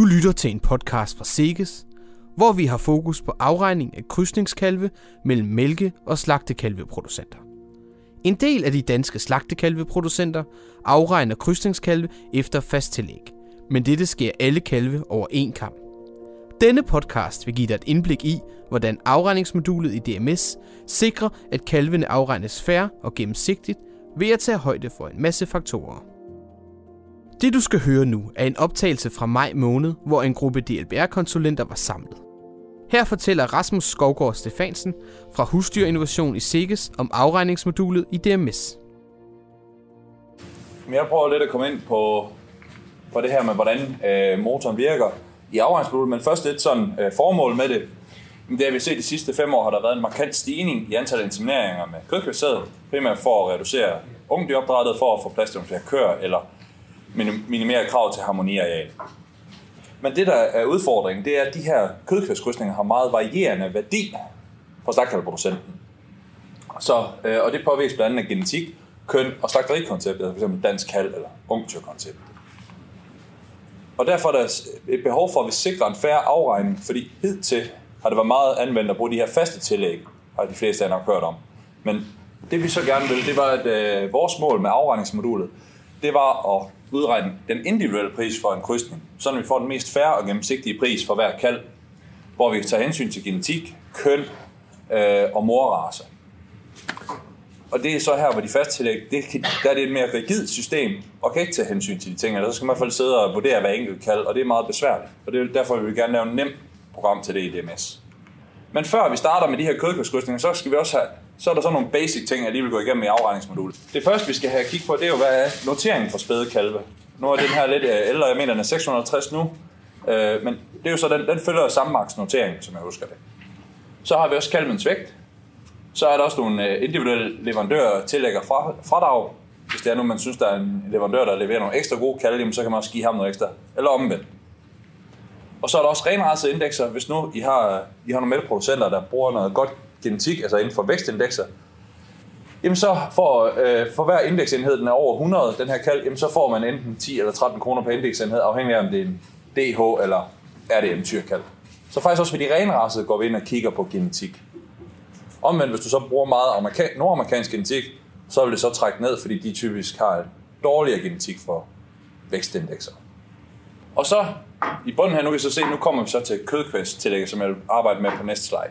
Du lytter til en podcast fra Seges, hvor vi har fokus på afregning af krydsningskalve mellem mælke- og slagtekalveproducenter. En del af de danske slagtekalveproducenter afregner krydsningskalve efter fast tillæg, men dette sker alle kalve over én kam. Denne podcast vil give dig et indblik i, hvordan afregningsmodulet i DMS sikrer, at kalvene afregnes fair og gennemsigtigt ved at tage højde for en masse faktorer. Det du skal høre nu er en optagelse fra maj måned, hvor en gruppe DLBR-konsulenter var samlet. Her fortæller Rasmus Skovgaard Stefansen fra Husdyrinnovation i Seges om afregningsmodulet i DMS. Jeg prøver lidt at komme ind på det her med, hvordan motoren virker i afregningsmodulet, men først lidt sådan formål med det. Det har vi set de sidste 5 år, har der været en markant stigning i antallet af insemineringer med kødkvægsæd, primært for at reducere ungdyropdrættet, for at få plads til nogle flere køer, eller minimere krav til harmoniareal. Men det, der er udfordringen, det er, at de her kødkvægskrydsninger har meget varierende værdi for slagtekalveproducenten. Og det påvirkes blandt andet af genetik, køn og slagterikonceptet, f.eks. dansk kalv eller ungtyrkonceptet. Og derfor er der et behov for, at vi sikrer en fair afregning, fordi hidtil har det været meget anvendt at bruge de her faste tillæg, har de fleste af jer nok hørt om. Men det vi så gerne ville, det var, at vores mål med afregningsmodulet, det var at udregne den individuelle pris for en krydsning, så vi får den mest fair og gennemsigtige pris for hver kalv, hvor vi tager hensyn til genetik, køn og morrace. Og det er så her, hvor de faste tillæg, der er det et mere rigidt system, og kan ikke tage hensyn til de ting, eller så skal man i hvert fald sidde og vurdere hver enkelt kalv, og det er meget besværligt. Og det er derfor, vi vil gerne lave et nemt program til det i DMS. Men før vi starter med de her kødkvægskrydsninger, så skal vi også have, så er der sådan nogle basic ting, jeg lige vil gå igennem i afregningsmodulet. Det første, vi skal have kigge på, det er jo, hvad er noteringen for spæde kalve. Nu er den her lidt ældre, jeg mener, den er 660 nu, men det er jo så, den følger samme notering, som jeg husker det. Så har vi også kalvens vægt. Så er der også nogle individuelle leverandører tillægger fradrag. Hvis det er nu, man synes, der er en leverandør, der leverer nogle ekstra gode kalve, så kan man også give ham noget ekstra, eller omvendt. Og så er der også renracede indekser. Hvis nu I har nogle mælkeproducenter, der bruger noget godt genetik, altså inden for vækstindekser, jamen så for hver indeksenhed, den er over 100, den her kalv, jamen så får man enten 10 eller 13 kroner per indeksenhed, afhængig af om det er en DH eller RDM-tyrkalv. Så faktisk også ved de renracede går vi ind og kigger på genetik. Omvendt, hvis du så bruger meget nordamerikansk genetik, så vil det så trække ned, fordi de typisk har et dårligere genetik for vækstindekser. Og så i bunden her, nu kan I så se, nu kommer vi så til kødkvægstillægget, som jeg vil arbejde med på næste slide.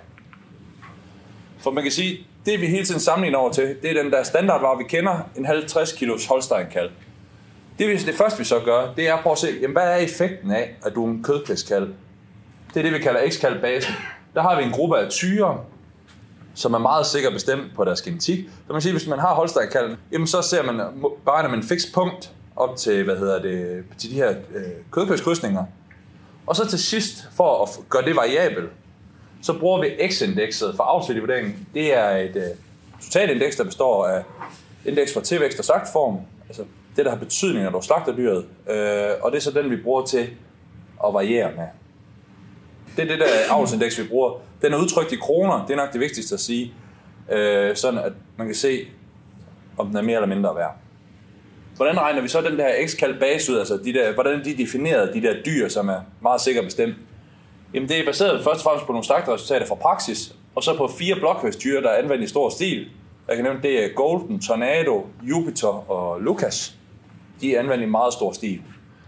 For man kan sige, det vi hele tiden sammenligner over til, det er den der standardvare, vi kender, en 50 kilos Holstein-kalv. Det første vi så gør, det er at prøve at se, jamen, hvad er effekten af, at du er en kødkvægskalv? Det er det, vi kalder X-kalv-basen. Der har vi en gruppe af tyre, som er meget sikkert bestemt på deres genetik. Så man siger, hvis man har Holstein-kalven, jamen så beregner man en fikst punkt op til, til de her kødkvægskrydsninger. Og så til sidst, for at gøre det variabel, så bruger vi X-indekset for avlsværdig vurdering. Det er et totalindeks, der består af indeks for tilvækst og slagtform, altså det, der har betydning, når du slagter dyret, og det er så den, vi bruger til at variere med. Det er det der avlsindeks, vi bruger. Den er udtrykt i kroner, det er nok det vigtigste at sige, sådan at man kan se, om den er mere eller mindre værd. Hvordan regner vi så den der X-kalv base ud, altså hvordan de definerede de der dyr, som er meget sikkert bestemt? Jamen det er baseret først og fremmest på nogle slagteresultater fra praksis, og så på 4 blokvægtsdyr, der er anvendt i stor stil. Jeg kan nævne, det er Golden, Tornado, Jupiter og Lucas. De er anvendt i meget stor stil.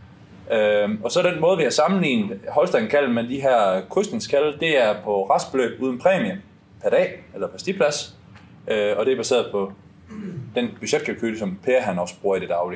Og så den måde, vi har sammenlignet Holstein-kalven med de her krydsningskalve, det er på restbeløb uden præmie per dag, eller per stiplads. Og det er baseret på den budgetkalkyl, som Per han også bruger i det daglige.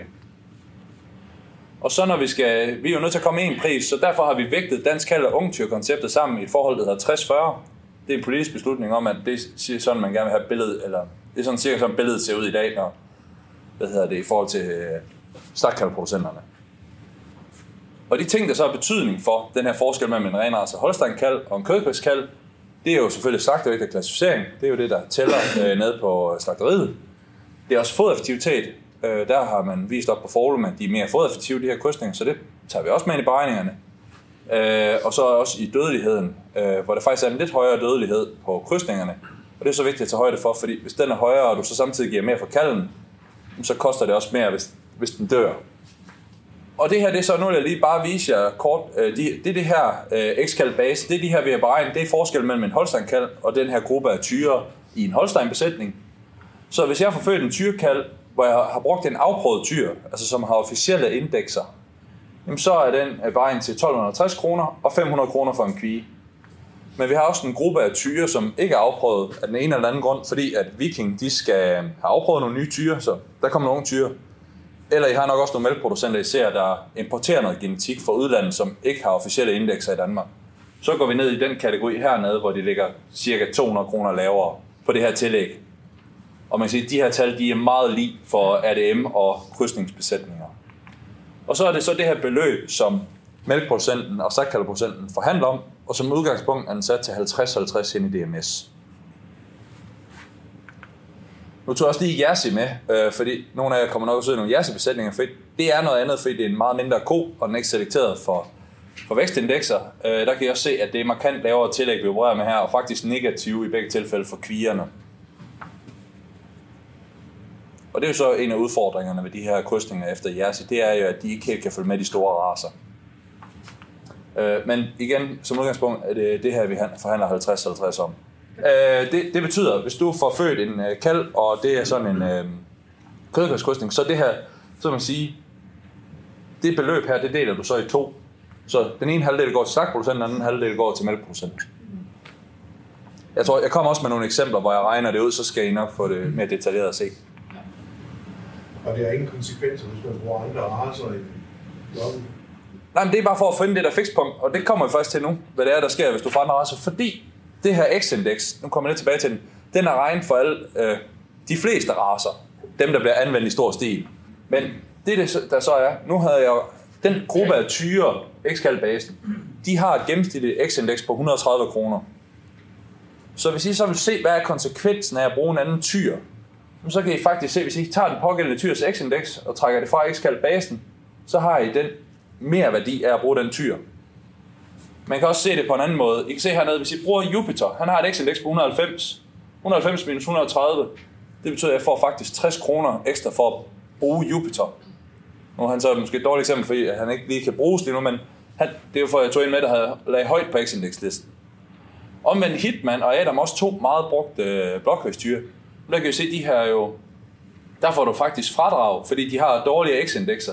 Og så når vi er jo nødt til at komme med en pris, så derfor har vi vægtet dansk kalv- og ungtyrkonceptet sammen i et forhold, der hedder 60-40. Det er en politisk beslutning om, at det siger sådan, man gerne vil have et billede, eller det er sådan cirka sådan billedet ser ud i dag, når, i forhold til slagtkalveproducenterne. Og de ting, der så har betydning for den her forskel mellem en renrace Holstein-kalv og en kødkvægskalv, det er jo selvfølgelig slagtevægt og klassificering. Det er jo det, der tæller ned på slagteriet. Det er også fodereffektivitet. Der har man vist op på Forum, at de er mere fodereffektive, de her krydsninger, så det tager vi også med ind i beregningerne. Og så også i dødeligheden, hvor der faktisk er en lidt højere dødelighed på krydsningerne. Og det er så vigtigt at tage højde for, fordi hvis den er højere, og du så samtidig giver mere for kalven, så koster det også mere, hvis den dør. Og det her, det er så, nu vil jeg lige bare vise jer kort, det her X-kalv base, det er de her, vi har beregnet, det er forskellen mellem en Holstein-kalv og den her gruppe af tyre i en Holstein-besætning. Så hvis jeg får født en tyrekalv, hvor jeg har brugt en afprøvet tyr, altså som har officielle indekser, jamen så er den beregnet til 1260 kroner og 500 kroner for en kvie. Men vi har også en gruppe af tyre, som ikke er afprøvet af den ene eller anden grund, fordi at Viking, de skal have afprøvet nogle nye tyre, så der kommer nogle tyre. Eller I har nok også nogle mælkeproducenter, især der importerer noget genetik fra udlandet, som ikke har officielle indekser i Danmark. Så går vi ned i den kategori hernede, hvor de ligger cirka 200 kroner lavere på det her tillæg. Og man kan sige, at de her tal, de er meget lig for ADM og krydsningsbesætninger. Og så er det så det her beløb, som mælkeproducenten og slagtkalveproducenten forhandler om, og som udgangspunkt er den sat til 50-50 ind i DMS. Nu tog jeg også lige Jersey med, fordi nogle af jer kommer nok at søge nogle Jersey-besætninger, for det er noget andet, fordi det er en meget mindre ko, og den er ikke selekteret for vækstindekser. Der kan I også se, at det er markant lavere tillæg, vi opererer med her, og faktisk negative i begge tilfælde for kvierne. Og det er jo så en af udfordringerne ved de her krydsninger efter Jersey, det er jo, at de ikke helt kan følge med de store racer. Men igen, som udgangspunkt er det her, vi forhandler 50-50 om. Det betyder, at hvis du får født en kalv, og det er sådan en kødkødskrydsning, så det her, så man sige, det beløb her, det deler du så i to. Så den ene halvdel går til slagtproducenten, og den anden halvdel går til mælkeproducenten. Jeg kommer også med nogle eksempler, hvor jeg regner det ud, så skal I nok få det mere detaljeret at se. Og det har ingen konsekvenser, hvis man bruger andre racer i blokken? Nej, men det er bare for at finde det der fikspunkt, og det kommer vi faktisk til nu, hvad det er, der sker, hvis du får andre racer. Fordi det her X-indeks, nu kommer jeg lidt tilbage til den er regnet for alle de fleste racer, dem der bliver anvendt i stor stil. Men det der så er, nu havde jeg den gruppe af tyre, X-kalv-basen, de har et gennemsnitligt X-indeks på 130 kroner. Så hvis I så vil se, hvad er konsekvensen af at bruge en anden tyr, så kan I faktisk se, hvis I tager den pågældende tyrs X-indeks og trækker det fra X-kalv-basen, så har I den mere værdi af at bruge den tyr. Man kan også se det på en anden måde. I kan se hernede, hvis I bruger Jupiter, han har et X-indeks på 190. 190 minus 130, det betyder, at jeg får faktisk 60 kroner ekstra for at bruge Jupiter. Nu er han så måske et dårligt eksempel, fordi han ikke lige kan bruges lige nu, men det er jo for, at jeg tog en med, der havde lagt højt på X-indekslisten. Omvendt Hitman og Adam også to meget brugte blokhøjstyre. Der kan I se, de her jo, der får du faktisk fradrag, fordi de har dårlige X-indekser.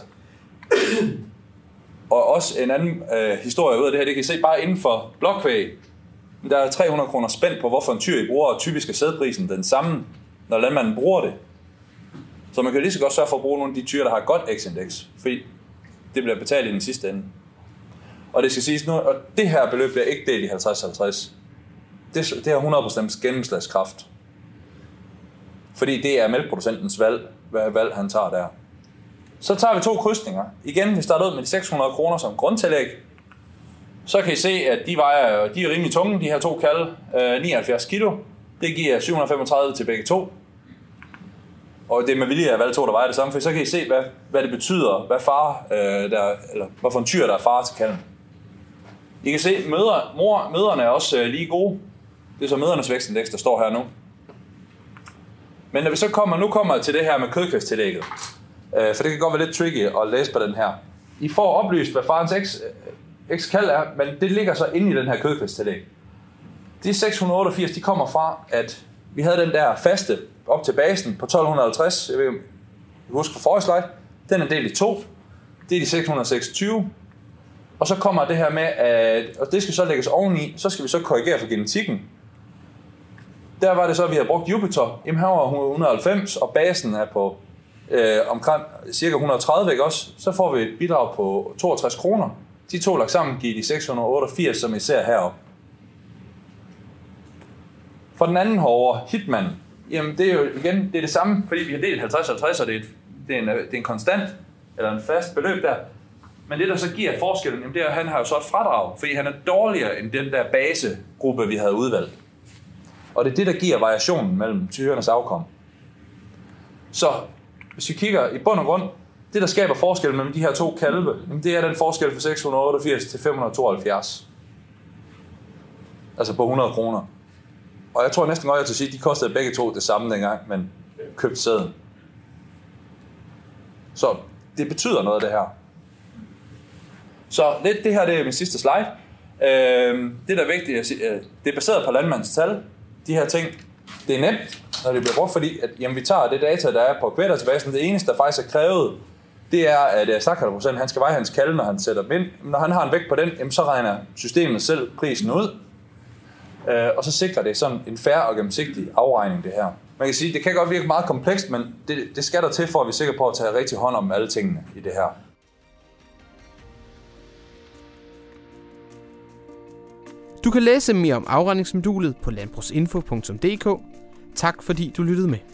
Og også en anden historie ud af det her, det kan I se bare inden for blokkvæg. Der er 300 kroner spændt på, hvorfor en tyr I bruger, og typisk er sædprisen den samme, når landmanden bruger det. Så man kan lige så godt sørge for at bruge nogle af de tyre, der har et godt X-indeks, fordi det bliver betalt i den sidste ende. Og det skal siges nu, og det her beløb bliver ikke delt i 50-50. Det har 100% gennemslagskraft. Fordi det er mælkeproducentens valg, hvad valg han tager der. Så tager vi to krydsninger. Igen, vi starter ud med de 600 kroner som grundtillæg. Så kan I se, at de er rimelig tunge, de her to kalve, 79 kilo. Det giver 735 til begge to. Og det er med vilje, at valgte to, der vejer det samme, for så kan I se, hvad det betyder, hvad for en tyr, der er far til kalven. I kan se, mødrene er også lige gode. Det er så mødrenes vækstindeks, der står her nu. Men når vi så kommer til det her med kødkvægstillægget, for det kan godt være lidt tricky at læse på den her. I får oplyst, hvad farens X-kalv er, men det ligger så inde i den her kødkvægstillæg. De 688, de kommer fra, at vi havde den der faste op til basen på 1250, jeg husker fra forrige slide, den er delt i to, det er de 626, og så kommer det her med, at og det skal så lægges oveni, så skal vi så korrigere for genetikken. Der var det så, at vi har brugt Jupiter, jamen her var 190, og basen er på omkring cirka 130, ikke også? Så får vi et bidrag på 62 kroner. De to lagt sammen giver de 688, som I ser heroppe. For den anden herovre, Hitman, jamen det er jo igen det samme, fordi vi har delt 50-50, og det er en konstant, eller en fast beløb der. Men det, der så giver forskellen, jamen det er, at han har jo så et fradrag, fordi han er dårligere end den der basegruppe, vi havde udvalgt. Og det er det, der giver variationen mellem tyrernes afkom. Så hvis vi kigger i bund og grund, det, der skaber forskellen mellem de her to kalve, jamen det er den forskel fra 688 til 572. Altså på 100 kroner. Og jeg tror næsten godt, jeg til at sige, at de kostede begge to det samme dengang, men købte sæden. Så det betyder noget, det her. Så det her det er min sidste slide. Det der er vigtigt at sige, det er baseret på landmandens tal. De her ting, det er nemt, når det bliver brugt, fordi at, jamen, vi tager det data, der er på kvægdatabasen. Det eneste, der faktisk er krævet, det er, at slagterproducenten, han skal veje hans kalve, når han sætter dem ind. Når han har en vægt på den, jamen, så regner systemet selv prisen ud. Og så sikrer det sådan en fair og gennemsigtig afregning, det her. Man kan sige, det kan godt virke meget komplekst, men det skal der til, for at vi er sikre på at tage rigtig hånd om alle tingene i det her. Du kan læse mere om afregningsmodulet på landbrugsinfo.dk. Tak fordi du lyttede med.